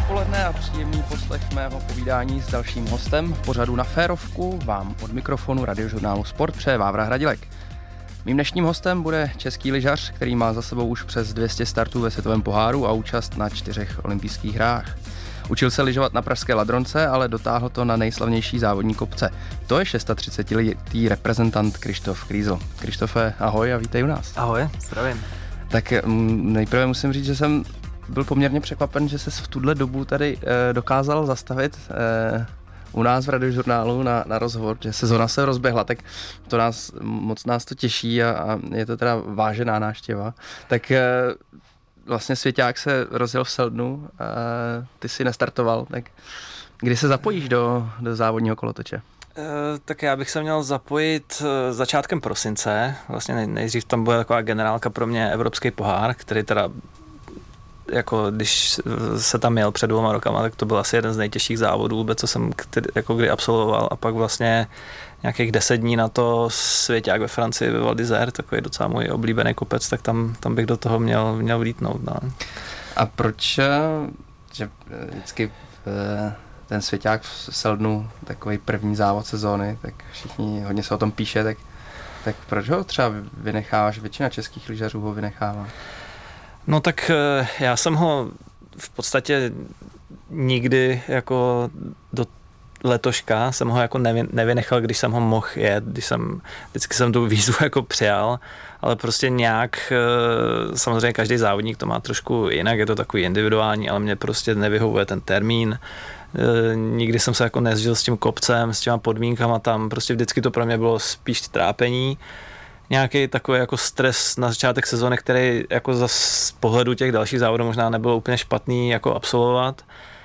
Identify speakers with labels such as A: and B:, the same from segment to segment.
A: odpoledne a příjemný poslech mého povídání s dalším hostem v pořadu Na férovku vám od mikrofonu Radiožurnálu Sport přeje Vávra Hradilek. Mým dnešním hostem bude český lyžař, který má za sebou už přes 200 startů ve světovém poháru a účast na 4 olympijských hrách. Učil se lyžovat na pražské Ladronce, ale dotáhl to na nejslavnější závodní kopce. To je 36letý reprezentant Krištof Krýzl. Krištofe, ahoj a vítej u nás.
B: Ahoj, zdravím.
A: Tak nejprve musím říct, že jsem byl poměrně překvapen, že ses v tuhle dobu tady dokázal zastavit u nás v Radiožurnálu na rozhovor, že sezona se rozběhla, tak to moc nás to těší a je to teda vážená návštěva. Tak vlastně Svěťák se rozjel v Seldnu, ty si nestartoval, tak kdy se zapojíš do závodního kolotoče?
B: Tak já bych se měl zapojit začátkem prosince, vlastně nejdřív tam byla taková generálka pro mě Evropský pohár, který teda jako když se tam jel před 2 rokama, tak to byl asi jeden z nejtěžších závodů vůbec, co jsem jako kdy absolvoval, a pak vlastně nějakých 10 dní na to Svěťák ve Francii ve Val d'Isère, takový docela můj oblíbený kopec, tak tam bych do toho měl vlítnout. No.
A: A proč, že vždycky ten Svěťák v Seldnu, takový první závod sezóny, tak všichni, hodně se o tom píše, tak proč ho třeba vynecháváš, většina českých lyžařů ho vynechává?
B: No tak já jsem ho v podstatě nikdy jako do letoška jsem ho jako nevynechal, když jsem ho mohl jet, vždycky jsem tu výzvu jako přijal, ale prostě nějak, samozřejmě každý závodník to má trošku jinak, je to takový individuální, ale mě prostě nevyhovuje ten termín. Nikdy jsem se jako nezžil s tím kopcem, s těma podmínkama tam, prostě vždycky to pro mě bylo spíš trápení. Nějaký takový jako stres na začátek sezóny, který jako z pohledu těch dalších závodů možná nebylo úplně špatný jako absolvovat,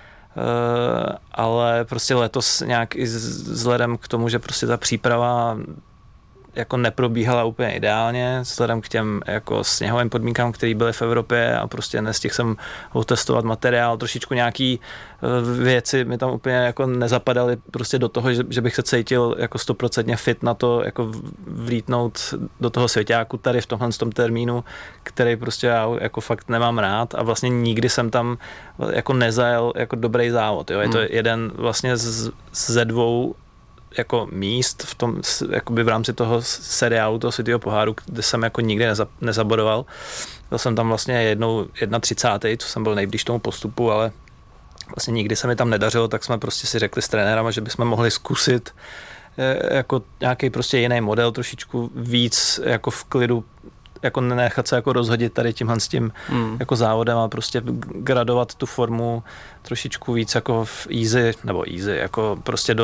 B: ale prostě letos nějak i vzhledem k tomu, že prostě ta příprava jako neprobíhala úplně ideálně, vzhledem k těm jako sněhovým podmínkám, které byly v Evropě, a prostě nestihl jsem otestovat materiál, trošičku nějaký věci mi tam úplně jako nezapadaly prostě do toho, že bych se cítil jako 100% fit na to jako vlítnout do toho Svěťáku tady v tomhle termínu, který prostě já jako fakt nemám rád, a vlastně nikdy jsem tam jako nezajel jako dobrý závod. Jo? Je to jeden vlastně ze 2 jako míst v tom, jakoby v rámci toho seriálu, toho světového poháru, kde jsem jako nikdy nezabodoval. Byl jsem tam vlastně jednou 31., co jsem byl nejblíž tomu postupu, ale vlastně nikdy se mi tam nedařilo, tak jsme prostě si řekli s trenérama, že bychom mohli zkusit jako nějaký prostě jiný model, trošičku víc jako v klidu, jako nechat se jako rozhodit tady tímhle s tím jako závodem a prostě gradovat tu formu trošičku víc jako v easy, jako prostě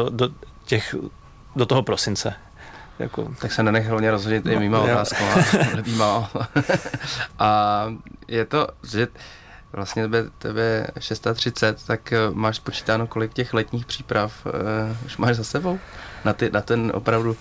B: do toho prosince. Jako.
A: Tak se nenech hlavně rozhodit i mýma otázkama. A je to, že vlastně tebe 630, tak máš spočítáno, kolik těch letních příprav už máš za sebou? Na ten opravdu,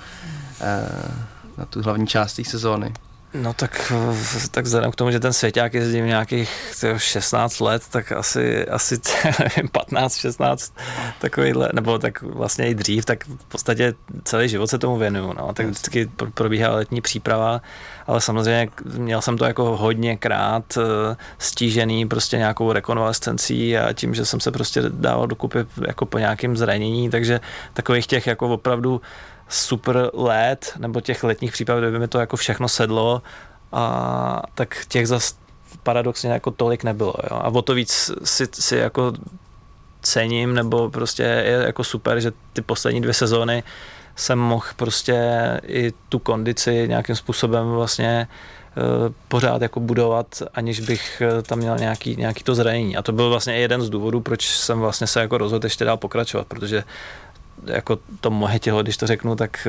A: na tu hlavní část té sezóny.
B: No tak vzhledem k tomu, že ten Svěťák jezdím nějakých 16 let, tak asi nevím, 15-16 takovýhle, nebo tak vlastně i dřív, tak v podstatě celý život se tomu věnuju, no, tak vždycky probíhá letní příprava, ale samozřejmě měl jsem to jako hodněkrát stížený prostě nějakou rekonvalescencí a tím, že jsem se prostě dával dokupy jako po nějakým zranění, takže takových těch jako opravdu super let, nebo těch letních příprav, kde by mi to jako všechno sedlo, a tak těch zas paradoxně jako tolik nebylo. Jo? A o to víc si jako cením, nebo prostě je jako super, že ty poslední 2 sezóny jsem mohl prostě i tu kondici nějakým způsobem vlastně pořád jako budovat, aniž bych tam měl nějaký to zranění. A to byl vlastně jeden z důvodů, proč jsem vlastně se jako rozhodl ještě dál pokračovat, protože jako to moje tělo, když to řeknu, tak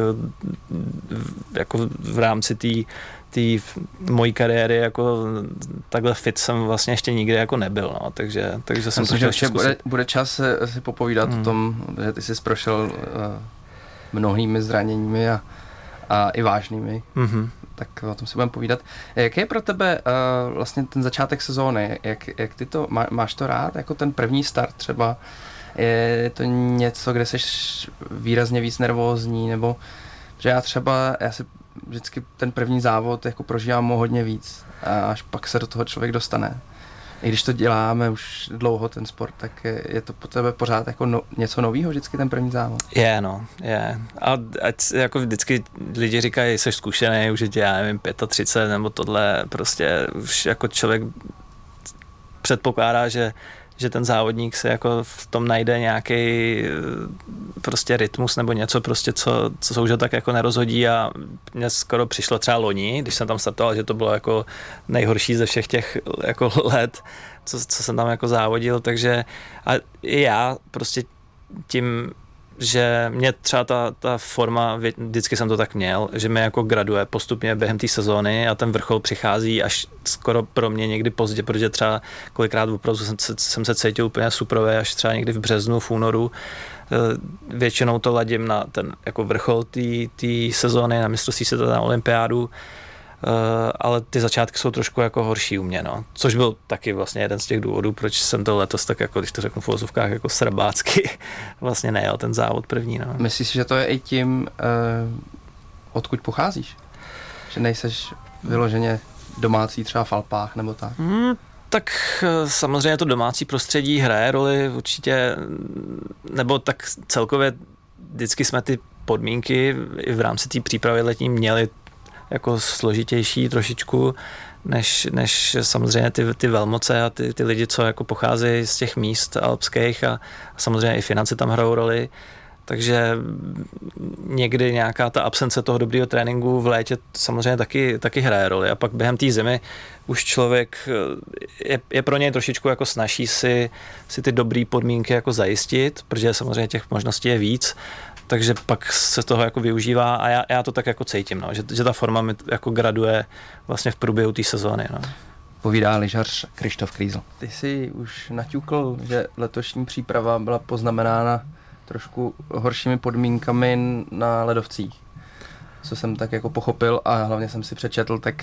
B: jako v rámci té mojí kariéry jako takhle fit jsem vlastně ještě nikdy jako nebyl, no, takže jsem to chtěl zkusit.
A: Bude čas si popovídat o tom, že ty jsi prošel mnohými zraněními a i vážnými, tak o tom si budeme povídat. Jaký je pro tebe vlastně ten začátek sezóny? Jak ty to, máš to rád, jako ten první start třeba? Je to něco, kde jsi výrazně víc nervózní, nebo že já si vždycky ten první závod jako prožívám hodně víc a až pak se do toho člověk dostane. I když to děláme už dlouho, ten sport, tak je to po tebe pořád jako něco novýho, vždycky ten první závod?
B: Je. A ať jako vždycky lidi říkají, jsi zkušený, už je tě, já nevím, 35, nebo tohle, prostě už jako člověk předpokládá, že ten závodník se jako v tom najde nějaký prostě rytmus nebo něco prostě, co se už tak jako nerozhodí a mně skoro přišlo třeba loni, když jsem tam startoval, že to bylo jako nejhorší ze všech těch jako let, co jsem tam jako závodil, takže a i já prostě tím, že mě třeba ta forma, vždycky jsem to tak měl, že mi jako graduje postupně během té sezóny a ten vrchol přichází až skoro pro mě někdy pozdě, protože třeba kolikrát opravdu jsem se cítil úplně suprově až třeba někdy v březnu, v únoru. Většinou to ladím na ten jako vrchol té sezóny, na mistrovství světa, na olympiádu, ale ty začátky jsou trošku jako horší u mě, no. Což byl taky vlastně jeden z těch důvodů, proč jsem to letos tak jako, když to řeknu v uvozovkách, jako srbácky vlastně nejel ten závod první, no.
A: Myslíš, že to je i tím, odkud pocházíš? Že nejseš vyloženě domácí třeba v Alpách nebo tak?
B: Tak samozřejmě to domácí prostředí hraje roli určitě, nebo tak celkově vždycky jsme ty podmínky i v rámci té přípravy letní měli jako složitější trošičku, než samozřejmě ty velmoce a ty lidi, co jako pocházejí z těch míst alpských a samozřejmě i finance tam hrajou roli. Takže někdy nějaká ta absence toho dobrého tréninku v létě samozřejmě taky hraje roli. A pak během té zimy už člověk je pro něj trošičku jako snaží si ty dobré podmínky jako zajistit, protože samozřejmě těch možností je víc. Takže pak se toho jako využívá a já to tak jako cítím, no, že ta forma mi jako graduje vlastně v průběhu té sezóny. No.
A: Povídá lyžař Krištof Krýzl. Ty jsi už naťukl, že letošní příprava byla poznamenána trošku horšími podmínkami na ledovcích. Co jsem tak jako pochopil a hlavně jsem si přečetl, tak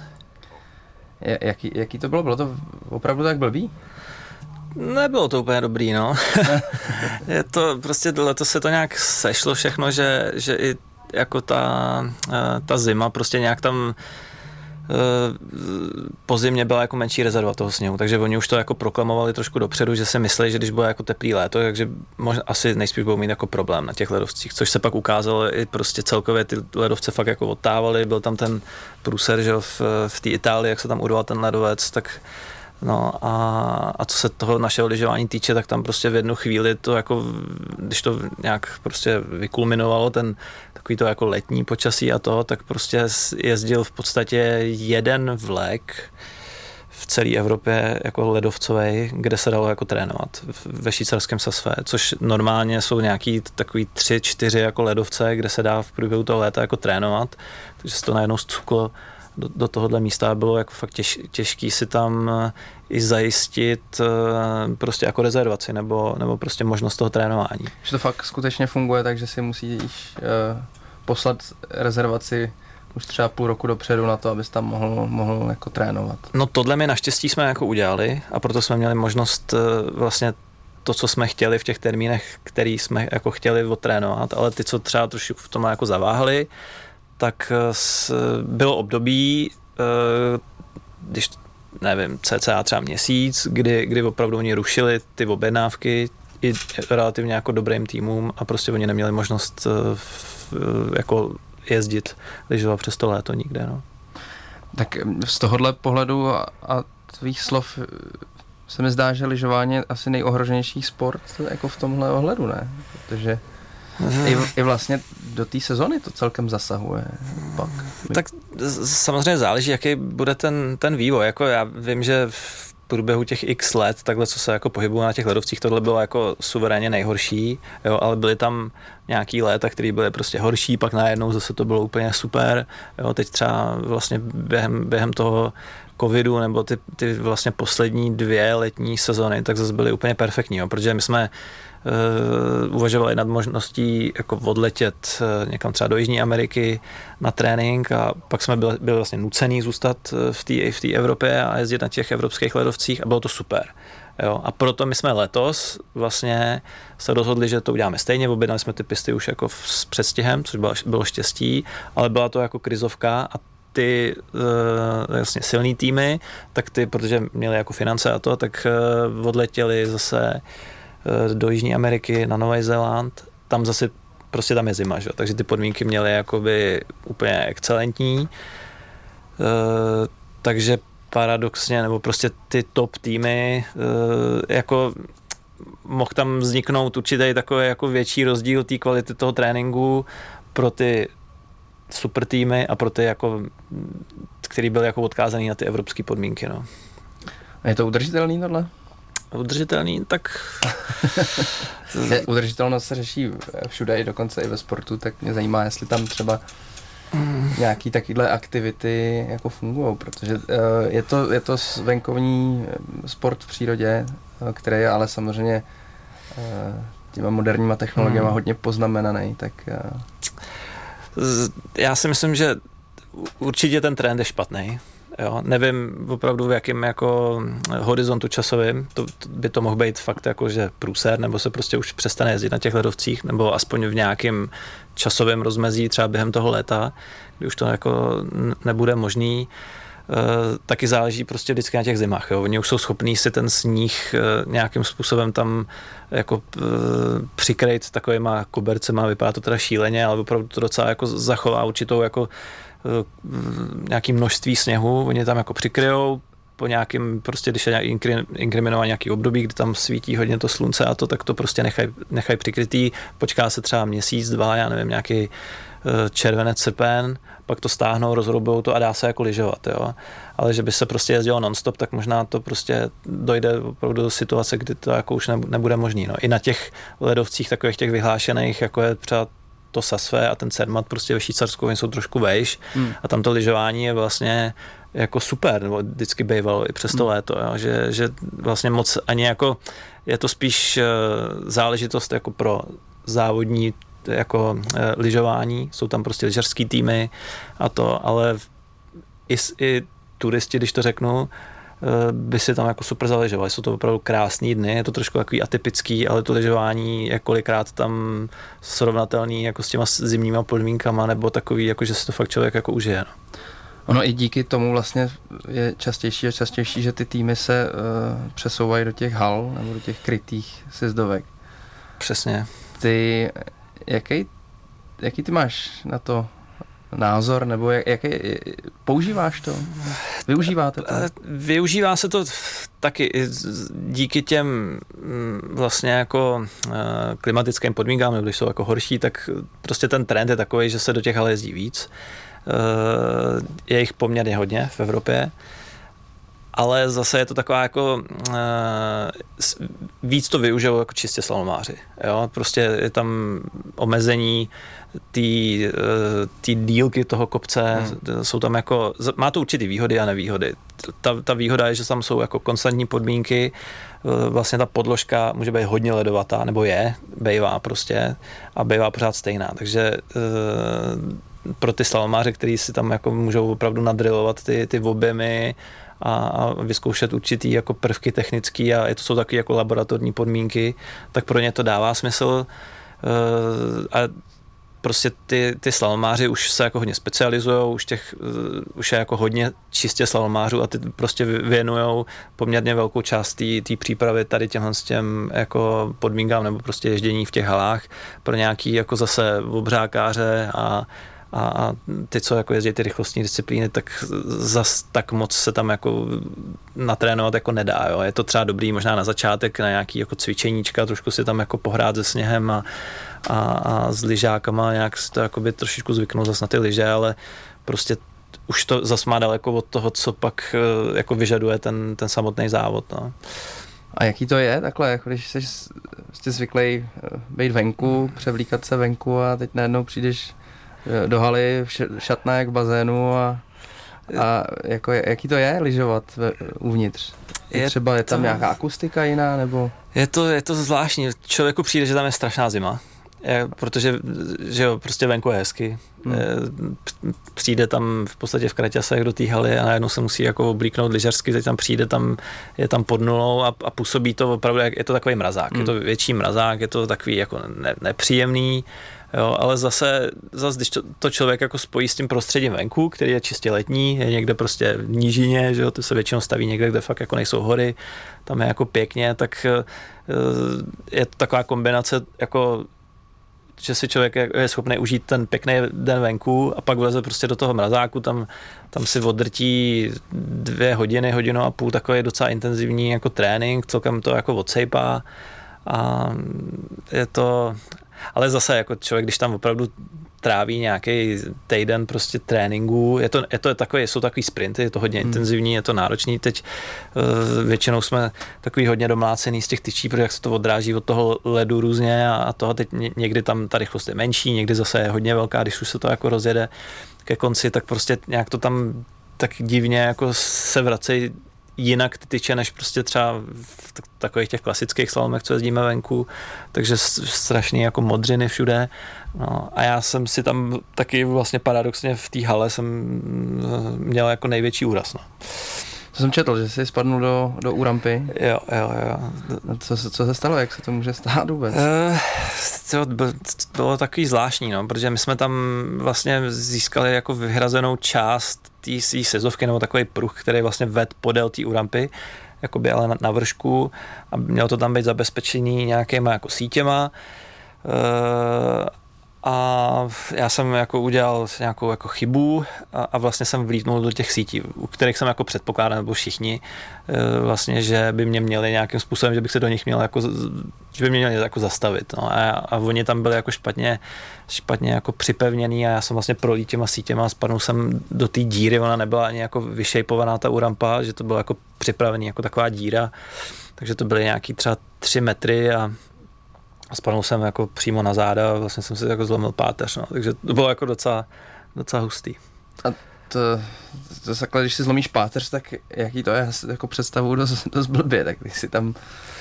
A: jaký to bylo? Bylo to opravdu tak blbý?
B: Nebylo to úplně dobrý, no. Je to prostě letos se to nějak sešlo všechno, že i jako ta zima prostě nějak tam po zimě byla jako menší rezerva toho sněhu, takže oni už to jako proklamovali trošku dopředu, že si mysleli, že když bude jako teplý léto, takže možná asi nejspíš budou mít jako problém na těch ledovcích, což se pak ukázalo, i prostě celkově ty ledovce fakt jako odtávaly, byl tam ten průser, že v té Itálii, jak se tam urval ten ledovec, tak no a co se toho našeho lyžování týče, tak tam prostě v jednu chvíli to jako, když to nějak prostě vykulminovalo, ten takový to jako letní počasí a to, tak prostě jezdil v podstatě jeden vlek v celé Evropě jako ledovcovej, kde se dalo jako trénovat ve švýcarském Sassfe, což normálně jsou nějaký takový 3-4 jako ledovce, kde se dá v průběhu toho léta jako trénovat, takže se to najednou zcuklo do tohohle místa, bylo jako fakt těžký si tam i zajistit prostě jako rezervaci nebo prostě možnost toho trénování.
A: Že to fakt skutečně funguje, takže si musíš poslat rezervaci už třeba půl roku dopředu na to, abys tam mohl jako trénovat.
B: No tohle my naštěstí jsme jako udělali a proto jsme měli možnost vlastně to, co jsme chtěli v těch termínech, který jsme jako chtěli odtrénovat, ale ty, co třeba trošku v tom jako zaváhali, tak bylo období, když nevím, cca třeba měsíc, kdy opravdu oni rušili ty objednávky i relativně jako dobrým týmům a prostě oni neměli možnost jako jezdit, lyžovat přes to léto nikde. No.
A: Tak z tohohle pohledu a tvých slov se mi zdá, že lyžování je asi nejohroženější sport jako v tomhle ohledu, ne? Protože i vlastně do té sezony to celkem zasahuje. Pak.
B: Tak samozřejmě záleží, jaký bude ten vývoj. Jako já vím, že v průběhu těch x let, takhle, co se jako pohybuje na těch ledovcích, tohle bylo jako suverénně nejhorší, jo, ale byly tam nějaký léta, které byly prostě horší, pak najednou zase to bylo úplně super. Jo, teď třeba vlastně během toho covidu nebo ty vlastně poslední 2 letní sezony, tak zase byly úplně perfektní, jo, protože my jsme uvažovali nad možností jako odletět někam třeba do Jižní Ameriky na trénink a pak jsme byli vlastně nucený zůstat v té Evropě a jezdit na těch evropských ledovcích a bylo to super. Jo, a proto my jsme letos vlastně se rozhodli, že to uděláme stejně, objednali jsme ty pisty už jako s předstihem, což bylo štěstí, ale byla to jako krizovka a ty jasně silný týmy, tak ty, protože měli jako finance a to, tak odletěli zase do Jižní Ameriky, na Nový Zéland, tam zase prostě tam je zima, že? Takže ty podmínky měly jakoby úplně excelentní, takže paradoxně, nebo prostě ty top týmy, jako mohl tam vzniknout určitý takový jako větší rozdíl té kvality toho tréninku pro ty super týmy a pro ty jako, který byl jako odkázaný na ty evropské podmínky, no.
A: A je to udržitelný tohle?
B: Udržitelný, tak...
A: Udržitelnost se řeší všude, i dokonce i ve sportu, tak mě zajímá, jestli tam třeba nějaký takovýhle aktivity jako fungují, protože je to venkovní sport v přírodě, který je ale samozřejmě těma moderníma technologiemi hodně poznamenaný, tak...
B: Já si myslím, že určitě ten trend je špatný. Jo, nevím opravdu v jakém jako horizontu časovým, to by to mohl být fakt jako, že průser, nebo se prostě už přestane jezdit na těch ledovcích, nebo aspoň v nějakém časovém rozmezí, třeba během toho léta, kdy už to jako nebude možný. Taky záleží prostě vždycky na těch zimách. Jo. Oni už jsou schopní si ten sníh nějakým způsobem tam jako přikrýt takovýma kobercema, vypadá to teda šíleně, ale opravdu to docela jako zachová určitou jako nějaký množství sněhu, oni tam jako přikryjou po nějakým, prostě když je inkriminovaný nějaký období, kdy tam svítí hodně to slunce a to, tak to prostě nechaj přikrytý, počká se třeba měsíc, 2, já nevím, nějaký červenec, srpen, pak to stáhnou, rozroubou to a dá se jako lyžovat, jo. Ale že by se prostě jezdilo non-stop, tak možná to prostě dojde opravdu do situace, kdy to jako už nebude možný, no. I na těch ledovcích takových těch vyhlášených, jako je třeba to Sasve a ten Cermat prostě ve Švýcarsku, oni jsou trošku vejš a tam to lyžování je vlastně jako super, nebo vždycky bývalo i přes to léto, jo, že vlastně moc ani jako, je to spíš záležitost jako pro závodní jako lyžování, jsou tam prostě lyžařský týmy a to, ale i turisti, když to řeknu, by si tam jako super zaležovali. Jsou to opravdu krásný dny, je to trošku takový atypický, ale to lyžování je kolikrát tam srovnatelný jako s těma zimníma podmínkama, nebo takový, jako že si to fakt člověk jako užije. No.
A: Ono i díky tomu vlastně je častější a častější, že ty týmy se přesouvají do těch hal nebo do těch krytých sjezdovek.
B: Přesně.
A: Ty, jaký ty máš na to názor, nebo jaký používáš to? Využíváte to?
B: Využívá se to taky díky těm vlastně jako klimatickým podmínkám, nebo když jsou jako horší, tak prostě ten trend je takový, že se do těch hal jezdí víc. Je jich poměrně hodně v Evropě, ale zase je to taková jako víc to využijou jako čistě slalomáři. Jo? Prostě je tam omezení ty dílky toho kopce, jsou tam jako, má to určitý výhody a nevýhody. Ta výhoda je, že tam jsou jako konstantní podmínky, vlastně ta podložka může být hodně ledovatá, nebo bejvá prostě a bejvá pořád stejná, takže pro ty slalomáře, kteří si tam jako můžou opravdu nadrilovat ty objemy a vyzkoušet určitý jako prvky technický a to jsou taky jako laboratorní podmínky, tak pro ně to dává smysl a prostě ty slalomáři už se jako hodně specializujou, už je jako hodně čistě slalomářů a ty prostě věnujou poměrně velkou část té přípravy tady těm jako podmínkám nebo prostě ježdění v těch halách pro nějaký jako zase obřákáře a ty, co jako jezdí ty rychlostní disciplíny, tak zas tak moc se tam jako natrénovat jako nedá. Jo. Je to třeba dobrý možná na začátek na nějaký jako cvičeníčka, trošku si tam jako pohrát se sněhem a s lyžákama nějak si to jakoby trošičku zvyknout zas na ty lyže, ale prostě už to zas má daleko od toho, co pak jako vyžaduje ten samotný závod. No.
A: A jaký to je takhle, jako když jsi zvyklý být venku, převlíkat se venku a teď najednou přijdeš do haly, šatna jak v bazénu a jako, jaký to je lyžovat uvnitř? Je tam nějaká akustika jiná, nebo?
B: Je to zvláštní. Člověku přijde, že tam je strašná zima. protože že jo, prostě venku je hezky. Přijde tam v podstatě v kraťasech do té haly a najednou se musí jako oblíknout lyžařsky, teď tam přijde, je tam pod nulou a působí to opravdu, je to takový mrazák, je to větší mrazák, je to takový jako nepříjemný, jo, ale zase když to člověk jako spojí s tím prostředím venku, který je čistě letní, je někde prostě v nížině, že jo, to se většinou staví někde, kde fakt jako nejsou hory, tam je jako pěkně, tak je to taková kombinace jako že si člověk je schopný užít ten pěkný den venku a pak vleze prostě do toho mrazáku, tam si odrtí 2 hodiny, 1,5 hodiny, takový docela intenzivní jako trénink, celkem to jako odsejpá a je to, ale zase jako člověk, když tam opravdu tráví nějaký týden prostě tréninku, jsou takový sprinty, je to hodně intenzivní, je to náročný, teď většinou jsme takový hodně domlácený z těch tyčí, protože jak se to odráží od toho ledu různě a toho teď někdy tam ta rychlost je menší, někdy zase je hodně velká, když už se to jako rozjede ke konci, tak prostě nějak to tam tak divně jako se vracejí jinak ty tyče, než prostě třeba v takových těch klasických slalomech, co jezdíme venku, takže strašný jako modřiny všude. No, a já jsem si tam taky vlastně paradoxně v té hale jsem měl jako největší úraz. No.
A: To jsem četl, že jsi spadnul do úrampy.
B: Jo.
A: Co se stalo? Jak se to může stát vůbec?
B: To bylo takový zvláštní, no, protože my jsme tam vlastně získali jako vyhrazenou část té sezovky, nebo takový pruh, který vlastně ved podél té úrampy, jakoby ale na vršku a mělo to tam být zabezpečený nějakýma jako sítěma. A já jsem jako udělal nějakou jako chybu a vlastně jsem vlítnul do těch sítí, u kterých jsem jako předpokládal, nebo všichni, vlastně, že by mě měli nějakým způsobem, že bych se do nich měl jako, že by mě měli jako zastavit. No. A oni tam byli jako špatně jako připevněný a já jsem vlastně prolít těma sítěma a spadnul jsem do té díry, ona nebyla ani jako vyšejpovaná ta úrampa, že to bylo jako připravený jako taková díra, takže to byly nějaký třeba 3 metry a spadnul jsem jako přímo na záda a vlastně jsem si jako zlomil páteř, no. Takže to bylo jako docela hustý.
A: A to takhle, když si zlomíš páteř, tak jaký to je? Jako představu dost blbě, tak když si tam...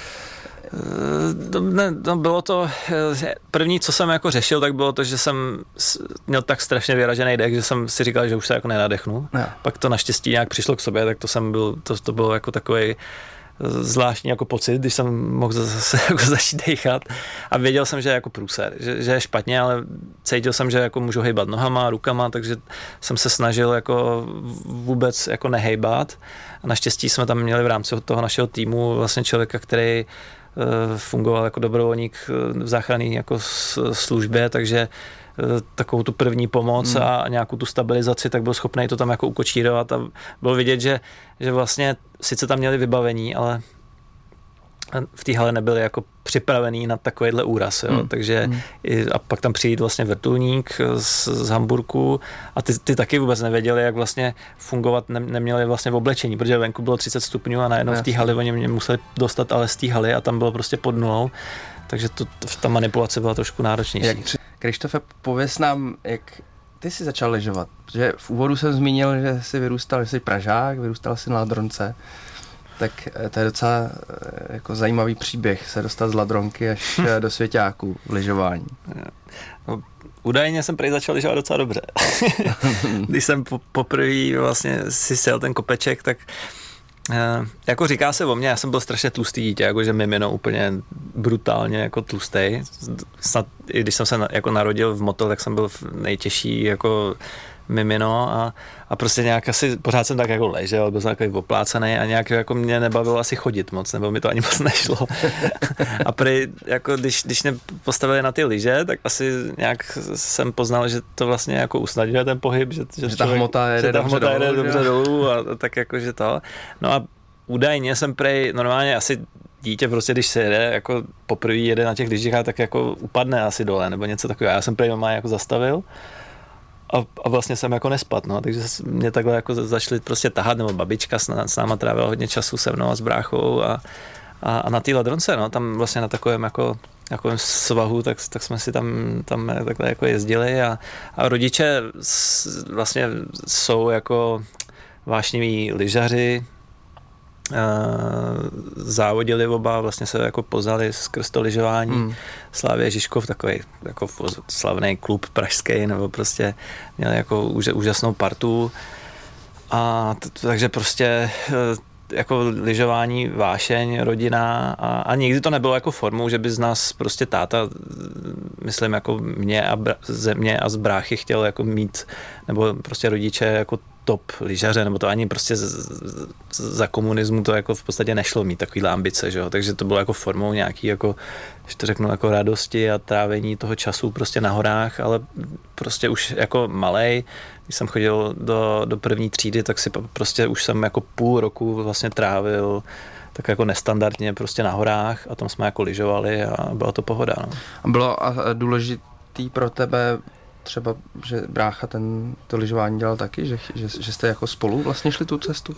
B: Bylo to, první, co jsem jako řešil, tak bylo to, že jsem měl tak strašně vyražený dech, že jsem si říkal, že už se jako nenadechnu. No. Pak to naštěstí nějak přišlo k sobě, tak to bylo jako takový zvláštní jako pocit, když jsem mohl zase jako začít dechat a věděl jsem, že je jako průser, že je špatně, ale cítil jsem, že jako můžu hejbat nohama, rukama, takže jsem se snažil jako vůbec jako nehejbat a naštěstí jsme tam měli v rámci toho našeho týmu vlastně člověka, který fungoval jako dobrovolník v záchranné jako službě, takže takovou tu první pomoc a nějakou tu stabilizaci, tak byl schopný to tam jako ukočírovat a bylo vidět, že vlastně sice tam měli vybavení, ale v té hale nebyli jako připravený na takovýhle úraz, jo. Takže a pak tam přijít vlastně vrtulník z Hamburku a ty taky vůbec nevěděli, jak vlastně fungovat, neměli vlastně v oblečení, protože venku bylo 30 stupňů a najednou v té hali oni mě museli dostat ale z té haly a tam bylo prostě pod nulou, takže ta manipulace byla trošku náročnější.
A: Krištofe, pověz nám, jak ty jsi začal lyžovat, protože v úvodu jsem zmínil, že jsi vyrůstal, že jsi Pražák, vyrůstal jsi na Ladronce, tak to je docela jako zajímavý příběh, se dostat z Ladronky až do svěťáků v lyžování.
B: No, údajně jsem prý začal lyžovat docela dobře. Když jsem poprvé vlastně si sjel ten kopeček, tak jako říká se o mně, já jsem byl strašně tlustý dítě, jakože mimino úplně brutálně jako tlustej. Snad, i když jsem se jako narodil v Motol, tak jsem byl nejtěžší jako mimino a prostě nějak asi pořád jsem tak jako ležel, byl jsem takový oplácaný a nějak jako mě nebavilo asi chodit moc, nebo mi to ani moc nešlo. A prý, jako když mě postavili na ty lyže, tak asi nějak jsem poznal, že to vlastně jako usnadňuje ten pohyb, že
A: ta hmota jede
B: dobře dolů a tak jako, že to. No a údajně jsem prej normálně asi dítě prostě, když se jede, jako poprvé jede na těch lyžích, tak jako upadne asi dole, nebo něco takového. Já jsem prej normálně jako zastavil a vlastně jsem jako nespad, no, takže mě takhle jako začali prostě tahat, nebo babička s náma trávila hodně času se mnou a s bráchou a na té Ladronce, no, tam vlastně na takovém jako svahu, tak jsme si tam takhle jako jezdili a rodiče vlastně jsou jako vášniví lyžaři závodili oba, vlastně se jako poznali skrz to lyžování. Slávě Žižkov, takový jako slavný klub pražský, nebo prostě měli jako úžasnou partu. A takže prostě jako lyžování, vášeň, rodina a nikdy to nebylo jako formou, že by z nás prostě táta, myslím jako mě a z bráchy chtěl jako mít, nebo prostě rodiče jako top lyžaře, nebo to ani prostě za komunismu to jako v podstatě nešlo mít takovýhle ambice, že jo? Takže to bylo jako formou nějaký jako, že to řeknu, jako radosti a trávení toho času prostě na horách, ale prostě už jako malej, když jsem chodil do první třídy, tak si prostě už jsem jako půl roku vlastně trávil tak jako nestandardně prostě na horách a tam jsme jako lyžovali a byla to pohoda. No.
A: A bylo důležitý pro tebe třeba, že brácha to lyžování dělal taky, že jste jako spolu vlastně šli tu cestu?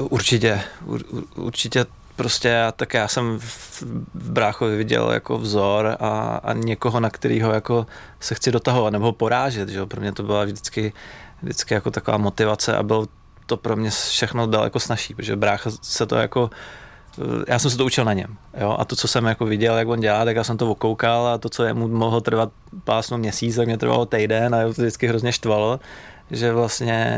B: Určitě prostě, tak já jsem v bráchovi viděl jako vzor a někoho, na kterýho jako se chci dotahovat nebo ho porážet, že jo? Pro mě to byla vždycky jako taková motivace a bylo to pro mě všechno daleko snazší, protože brácha se to jako, já jsem se to učil na něm, jo, a to, co jsem jako viděl, jak on dělá, tak já jsem to okoukal a to, co jemu mohlo trvat pásno měsíc, tak mě trvalo týden a to vždycky hrozně štvalo, že vlastně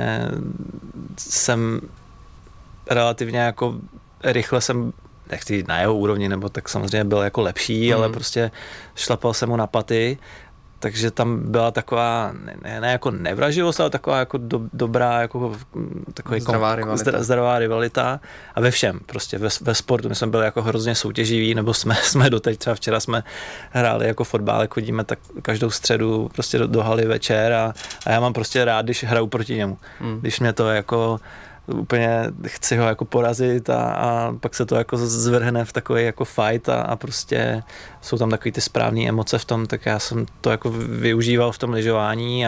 B: jsem relativně jako rychle jsem, nechci na jeho úrovni, nebo tak samozřejmě byl jako lepší, ale prostě šlapal jsem mu na paty, takže tam byla taková, ne jako nevraživost, ale taková jako dobrá, jako takový zdravá rivalita a ve všem, prostě ve sportu. My jsme byli jako hrozně soutěživí, nebo jsme doteď, třeba včera jsme hráli jako fotbal, chodíme tak každou středu prostě do haly večer a já mám prostě rád, když hraju proti němu. Když mě to jako úplně chci ho jako porazit a pak se to jako zvrhne v takový jako fight a prostě jsou tam takový ty správné emoce v tom, tak já jsem to jako využíval v tom lyžování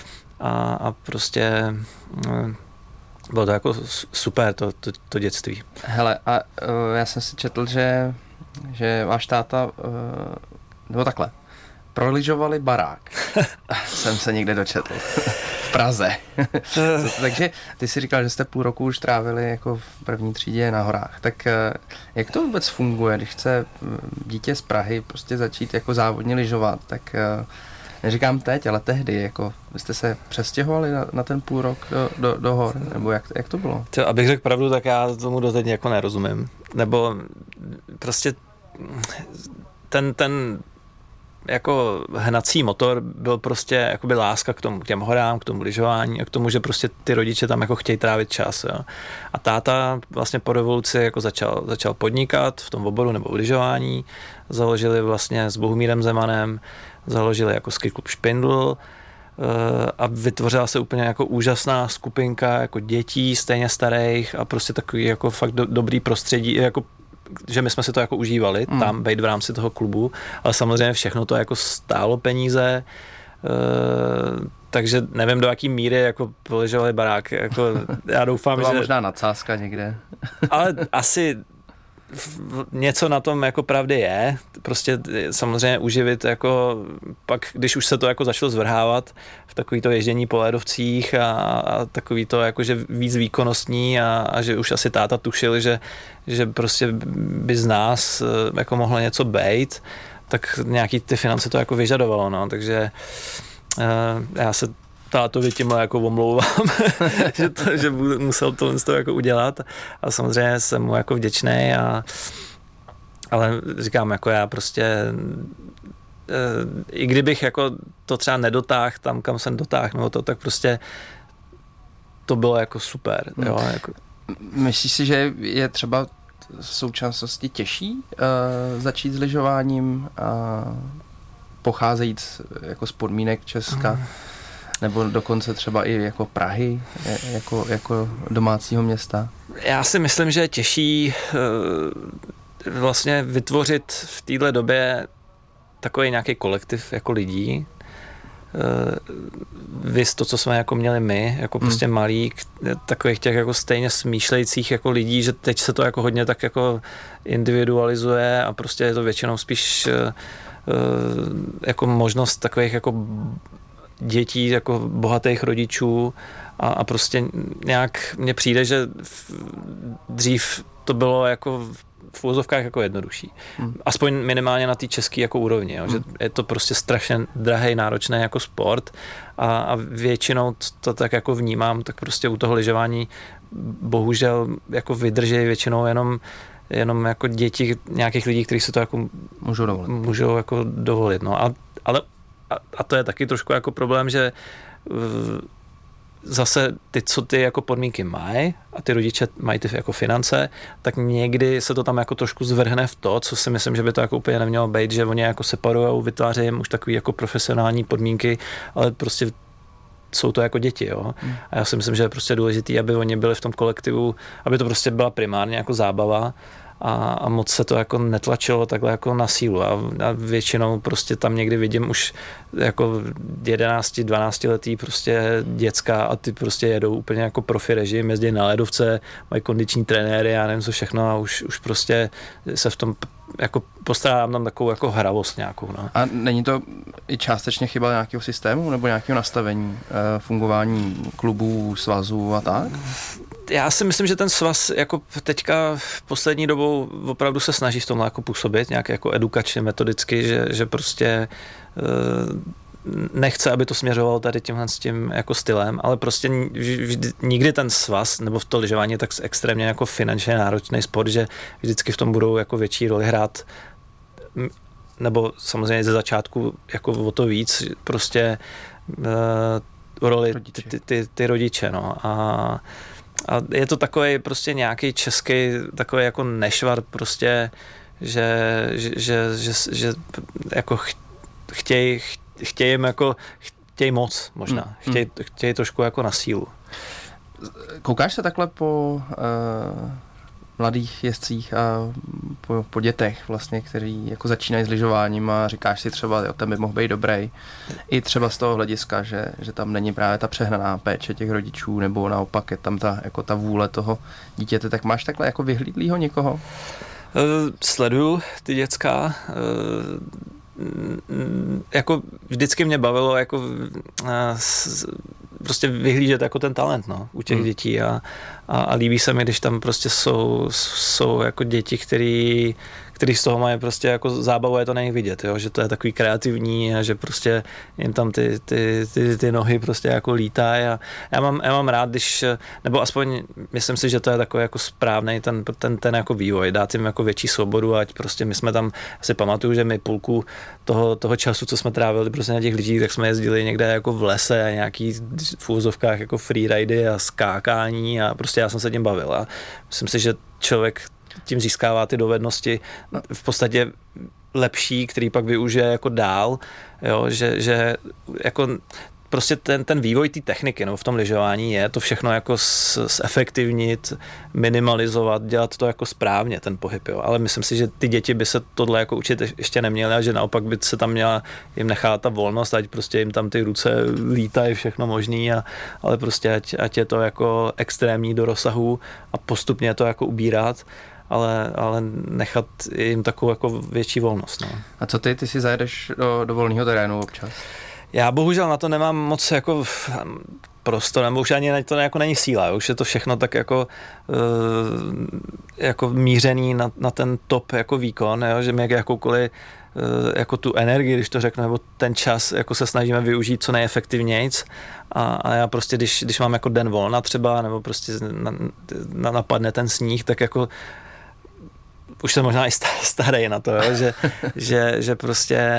B: a prostě bylo to jako super to dětství.
A: Hele, a já jsem si četl, že váš táta, nebo takhle, prolyžovali barák. Jsem se někde dočetl. V Praze. Takže ty si říkal, že jste půl roku už trávili jako v první třídě na horách. Tak jak to vůbec funguje, když chce dítě z Prahy prostě začít jako závodně lyžovat, tak neříkám teď, ale tehdy, jako vy jste se přestěhovali na ten půl rok do hor, nebo jak to bylo?
B: Abych řekl pravdu, tak já tomu doteď jako nerozumím. Nebo prostě ten jako hnací motor byl prostě jakoby láska k těm horám, k tomu lyžování a k tomu, že prostě ty rodiče tam jako chtějí trávit čas. Jo. A táta vlastně po revoluci jako začal podnikat v tom oboru nebo v lyžování. Založili vlastně s Bohumírem Zemanem, založili jako ski klub Špindl a vytvořila se úplně jako úžasná skupinka jako dětí, stejně starých a prostě takový jako fakt dobrý prostředí, jako že my jsme si to jako užívali, tam být v rámci toho klubu, ale samozřejmě všechno to jako stálo peníze, takže nevím, do jaký míry jako polyžovali barák, jako já doufám, že...
A: možná nadsázka někde.
B: Ale asi něco na tom jako pravdy je, prostě samozřejmě uživit jako pak, když už se to jako začalo zvrhávat v takový to ježdění po ledovcích a takový to jako, že víc výkonnostní a že už asi táta tušil, že prostě by z nás jako mohlo něco bejt, tak nějaký ty finance to jako vyžadovalo, no, takže já se tátovi tímhle jako omlouvám, že musel to jako udělat a samozřejmě jsem mu jako vděčný ale říkám, jako já prostě i kdybych jako to třeba nedotáhl tam, kam jsem dotáhl, nebo to, tak prostě to bylo jako super. Jo, jako.
A: Myslíš si, že je třeba v současnosti těžší začít s lyžováním pocházejíc jako z podmínek Česka? Nebo dokonce třeba i jako Prahy, jako domácího města? Já
B: si myslím, že je těžší vlastně vytvořit v téhle době takový nějaký kolektiv jako lidí. Vys to, co jsme jako měli my, jako prostě malí, takových těch jako stejně smýšlejících jako lidí, že teď se to jako hodně tak jako individualizuje a prostě je to většinou spíš jako možnost takových jako dětí jako bohatých rodičů a prostě nějak mně přijde, že dřív to bylo jako v úvozovkách jako jednodušší. Aspoň minimálně na té české jako úrovni, jo? Že je to prostě strašně drahý, náročný jako sport a většinou to tak jako vnímám, tak prostě u toho lyžování bohužel jako vydrží většinou jenom jako děti nějakých lidí, kteří se to jako můžou jako dovolit. No. A to je taky trošku jako problém, že zase co ty jako podmínky mají a ty rodiče mají ty jako finance, tak někdy se to tam jako trošku zvrhne v to, co si myslím, že by to jako úplně nemělo být, že oni jako separujou, vytvářejí jim už takový jako profesionální podmínky, ale prostě jsou to jako děti, jo. A já si myslím, že je prostě důležitý, aby oni byli v tom kolektivu, aby to prostě byla primárně jako zábava a moc se to jako netlačilo takhle jako na sílu a většinou prostě tam někdy vidím už jako 11-12 letý prostě děcka a ty prostě jedou úplně jako profi režim, jezdí na ledovce, mají kondiční trenéry, já nevím co všechno a už prostě se v tom jako postrádám tam takovou jako hravost nějakou. No.
A: A není to i částečně chyba nějakého systému nebo nějakého nastavení fungování klubů, svazů a tak?
B: Já si myslím, že ten svaz jako teďka v poslední dobou opravdu se snaží v tomhle jako působit nějak jako edukačně, metodicky, že prostě nechce, aby to směřovalo tady tímhle s tím jako stylem, ale prostě nikdy ten svaz nebo v to lyžování je tak extrémně jako finančně náročný sport, že vždycky v tom budou jako větší roli hrát nebo samozřejmě ze začátku jako o to víc prostě roli ty rodiče, no. A je to takový prostě nějaký český takový jako nešvar prostě, že jako chtějí moc možná. Chtějí trošku jako na sílu.
A: Koukáš se takhle po mladých jezdcích a po dětech vlastně, kteří jako začínají s lyžováním a říkáš si třeba, jo, ten by mohl být dobrý. I třeba z toho hlediska, že tam není právě ta přehnaná péče těch rodičů, nebo naopak je tam ta vůle toho dítěte. Tak máš takhle jako vyhlídlýho někoho?
B: Sleduju ty děcka. Jako vždycky mě bavilo jako prostě vyhlížet jako ten talent, no, u těch dětí a líbí se mi, když tam prostě jsou jako děti, který z toho mají prostě jako zábavu, je to na nich vidět, jo, že to je takový kreativní a že prostě jim tam ty nohy prostě jako lítají a já mám rád, když, nebo aspoň myslím si, že to je takový jako správnej ten jako vývoj, dát jim jako větší svobodu, ať prostě my jsme tam, si pamatuju, že my půlku toho času, co jsme trávili prostě na těch lyžích, tak jsme jezdili někde jako v lese a nějaký v úvozovkách jako freeridy a skákání a prostě já jsem se tím bavil a myslím si, že člověk tím získává ty dovednosti v podstatě lepší, který pak využije jako dál, jo, že jako prostě ten vývoj té techniky, no, v tom lyžování je to všechno jako zefektivnit, minimalizovat, dělat to jako správně, ten pohyb, jo. Ale myslím si, že ty děti by se tohle jako učit ještě neměly a že naopak by se tam měla jim nechat ta volnost, ať prostě jim tam ty ruce lítají, všechno možný, ale prostě ať je to jako extrémní do rozsahu a postupně to jako ubírat, ale nechat jim takovou jako větší volnost. No.
A: A co ty si zajedeš do volného terénu občas?
B: Já bohužel na to nemám moc jako prostor, nebo už ani to jako není síla, už je to všechno tak jako mířený na ten top jako výkon, jo, že my jakoukoliv jako tu energii, když to řeknu, nebo ten čas jako se snažíme využít co nejefektivnějc a já prostě, když mám jako den volna třeba, nebo prostě napadne ten sníh, tak jako už jsem možná i starý na to, jo, že prostě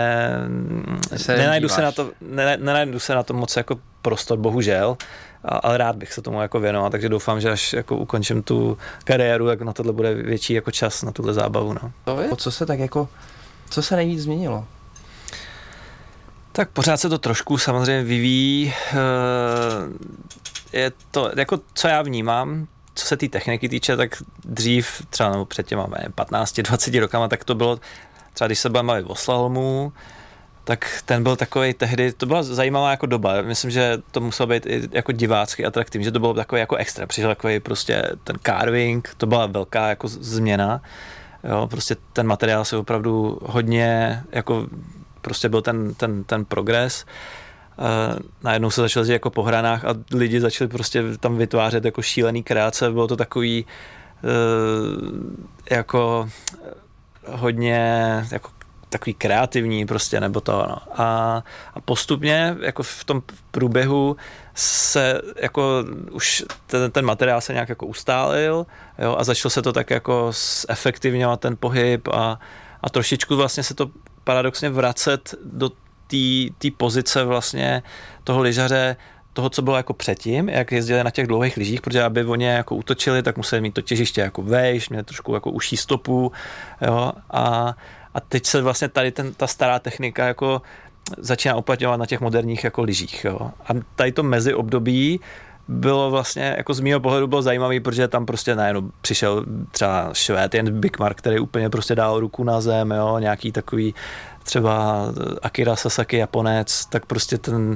B: nenajdu se na to moc jako prostor, bohužel, ale rád bych se tomu jako věnoval, takže doufám, že až jako ukončím tu kariéru, tak na tohle bude větší jako čas na tuhle zábavu. No.
A: Co se nejvíc změnilo?
B: Tak pořád se to trošku samozřejmě vyvíjí. Je to, jako co já vnímám, co se té techniky týče, tak dřív, třeba nebo před těma 15-20 rokama, tak to bylo, třeba když se budeme bavit o slalomu, tak ten byl takový tehdy, to byla zajímavá jako doba. Myslím, že to muselo být i jako divácky atraktivní, že to bylo takový jako extra. Přišel takový prostě ten carving, to byla velká jako změna. Jo, prostě ten materiál se opravdu hodně, jako prostě byl ten progres. najednou se začalo jezdit jako po hranách a lidi začali prostě tam vytvářet jako šílený kreace, bylo to takový jako hodně jako takový kreativní prostě, nebo to, no. A postupně jako v tom průběhu se jako už ten materiál se nějak jako ustálil, jo, a začalo se to tak jako zefektivňovat ten pohyb a trošičku vlastně se to paradoxně vracet do té pozice vlastně toho lyžaře, toho, co bylo jako předtím, jak jezdili na těch dlouhých lyžích, protože aby oni jako útočili, tak museli mít to těžiště jako vejš, měli trošku jako uší stopu, jo, a teď se vlastně tady ta stará technika jako začíná uplatňovat na těch moderních jako lyžích, jo. A tady to meziobdobí bylo vlastně, jako z mýho pohledu bylo zajímavý, protože tam prostě najednou přišel třeba Švéd, jen Bigmark, který úplně prostě dal ruku na zem, jo, nějaký takový třeba Akira Sasaki, Japonec, tak prostě ten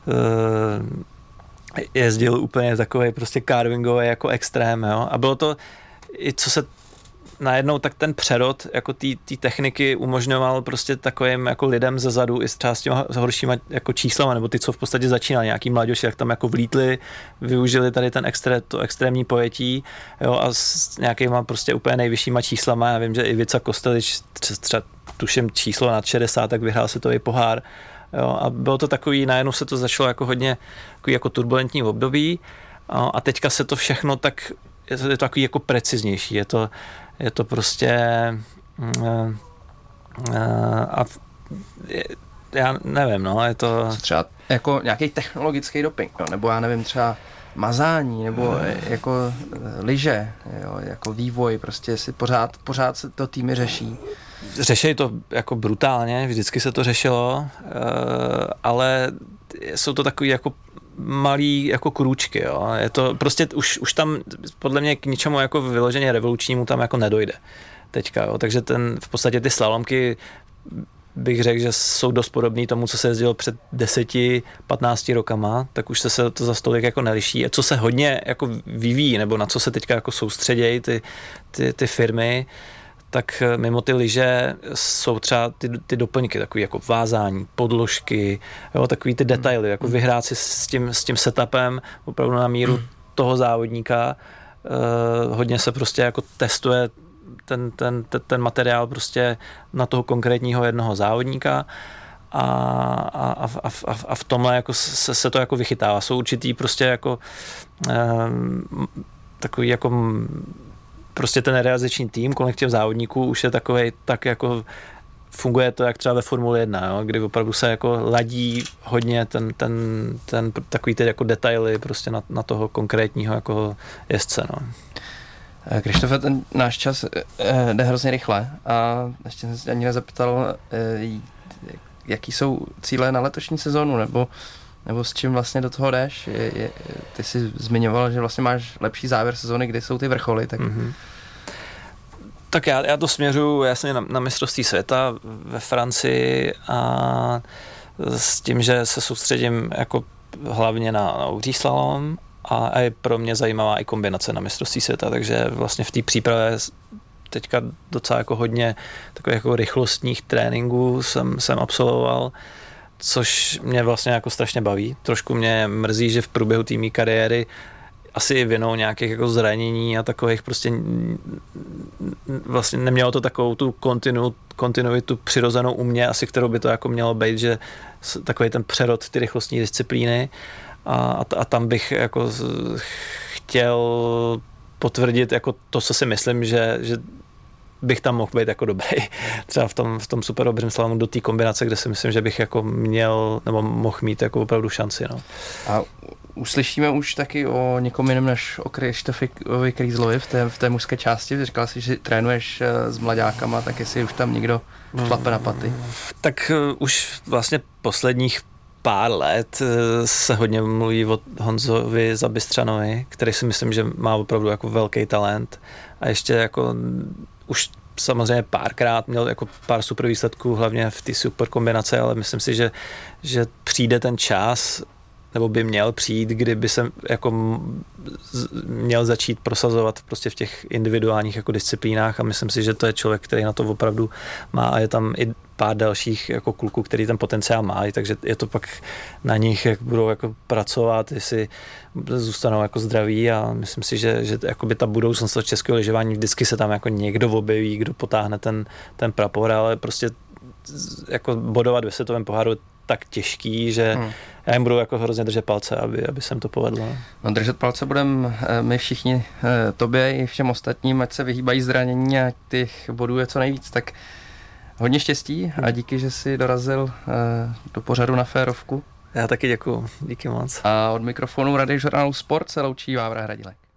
B: jezdil úplně takový prostě carvingový jako extrém, jo. A bylo to, i co se najednou, tak ten přerod jako té techniky umožňoval prostě takovým jako lidem ze zadu i třeba s těma horšíma jako číslama, nebo ty, co v podstatě začínali, nějaký mladěši, jak tam jako vlítli, využili tady to extrémní pojetí, jo, a s nějakýma prostě úplně nejvyššíma číslama. Já vím, že Ivica Kostelič, třeba tuším číslo nad 60, tak vyhrál světový pohár. Jo, a bylo to takový, najednou se to začalo jako hodně jako turbulentní období, a teďka se to všechno tak, je to takový jako preciznější, je to prostě já nevím, no, je to...
A: Třeba jako nějaký technologický doping, no, nebo já nevím, třeba mazání, nebo jako lyže, jo, jako vývoj, prostě si pořád se to týmy řeší.
B: Řeší to jako brutálně, vždycky se to řešilo, ale jsou to takový jako malý jako krůčky, jo. Je to prostě už tam podle mě k ničemu jako vyloženě revolučnímu tam jako nedojde teďka, jo. Takže v podstatě ty slalomky bych řekl, že jsou dost podobný tomu, co se jezdilo před 10-15 rokama, tak už se to za stolik jako neliší. A co se hodně jako vyvíjí, nebo na co se teďka jako soustředějí ty firmy, tak mimo ty lyže jsou třeba ty doplňky, takový jako vázání, podložky, jo, takový ty detaily, jako vyhrát si s tím setupem opravdu na míru toho závodníka. Hodně se prostě jako testuje ten materiál prostě na toho konkrétního jednoho závodníka a v tomhle jako se to jako vychytává. Jsou určitý prostě jako takový jako prostě ten realizační tým, kolektiv závodníků už je takovej, tak jako funguje to jak třeba ve Formuli 1, jo, kdy opravdu se jako ladí hodně ten takový ty jako detaily prostě na toho konkrétního jako jezdce, no.
A: Krištofe, ten náš čas jde hrozně rychle a ještě jsem se ani nezeptal, jaký jsou cíle na letošní sezónu, nebo s čím vlastně do toho jdeš? Ty jsi zmiňoval, že vlastně máš lepší závěr sezóny, kdy jsou ty vrcholy, tak... Mm-hmm.
B: Tak já to směřuji jasně na mistrovství světa ve Francii a s tím, že se soustředím jako hlavně na obří slalom a je pro mě zajímavá i kombinace na mistrovství světa, takže vlastně v té přípravě teďka docela jako hodně takových jako rychlostních tréninků jsem absolvoval, což mě vlastně jako strašně baví. Trošku mě mrzí, že v průběhu té mý kariéry asi i vinou nějakých jako zranění a takových prostě vlastně nemělo to takovou tu kontinuitu přirozenou u mě, asi kterou by to jako mělo být, že takový ten přerod ty rychlostní disciplíny a tam bych jako chtěl potvrdit jako to, co si myslím, že bych tam mohl být jako dobrý. Třeba v tom super dobrým slalomu do té kombinace, kde si myslím, že bych jako měl nebo mohl mít jako opravdu šanci. No.
A: A uslyšíme už taky o někom jiném než o Krištofovi Krýzlovi v té mužské části. Říkal jsi, že trénuješ s mlaďákama, tak jestli už tam někdo šlape na paty.
B: Tak už vlastně posledních pár let se hodně mluví o Honzovi Zabystřanovi, který si myslím, že má opravdu jako velký talent a ještě jako už samozřejmě párkrát měl jako pár super výsledků, hlavně v té super kombinace, ale myslím si, že přijde ten čas nebo by měl přijít, kdyby se jako měl začít prosazovat prostě v těch individuálních jako disciplínách a myslím si, že to je člověk, který na to opravdu má a je tam i pár dalších jako kluků, který ten potenciál má, takže je to pak na nich, jak budou jako pracovat, jestli zůstanou jako zdraví a myslím si, že jakoby ta budoucnost toho českého lyžování vždycky se tam jako někdo objeví, kdo potáhne ten prapor, ale prostě jako bodovat ve světovém poháru tak těžký, že já jim budu jako hrozně držet palce, aby se jim to povedlo.
A: No, držet palce budeme my všichni, tobě i všem ostatním, ať se vyhýbají zranění a těch bodů je co nejvíc, tak hodně štěstí a díky, že jsi dorazil do pořadu na férovku.
B: Já taky děkuju, díky moc.
A: A od mikrofonu Radiožurnálu Sport se loučí Vávra Hradilek.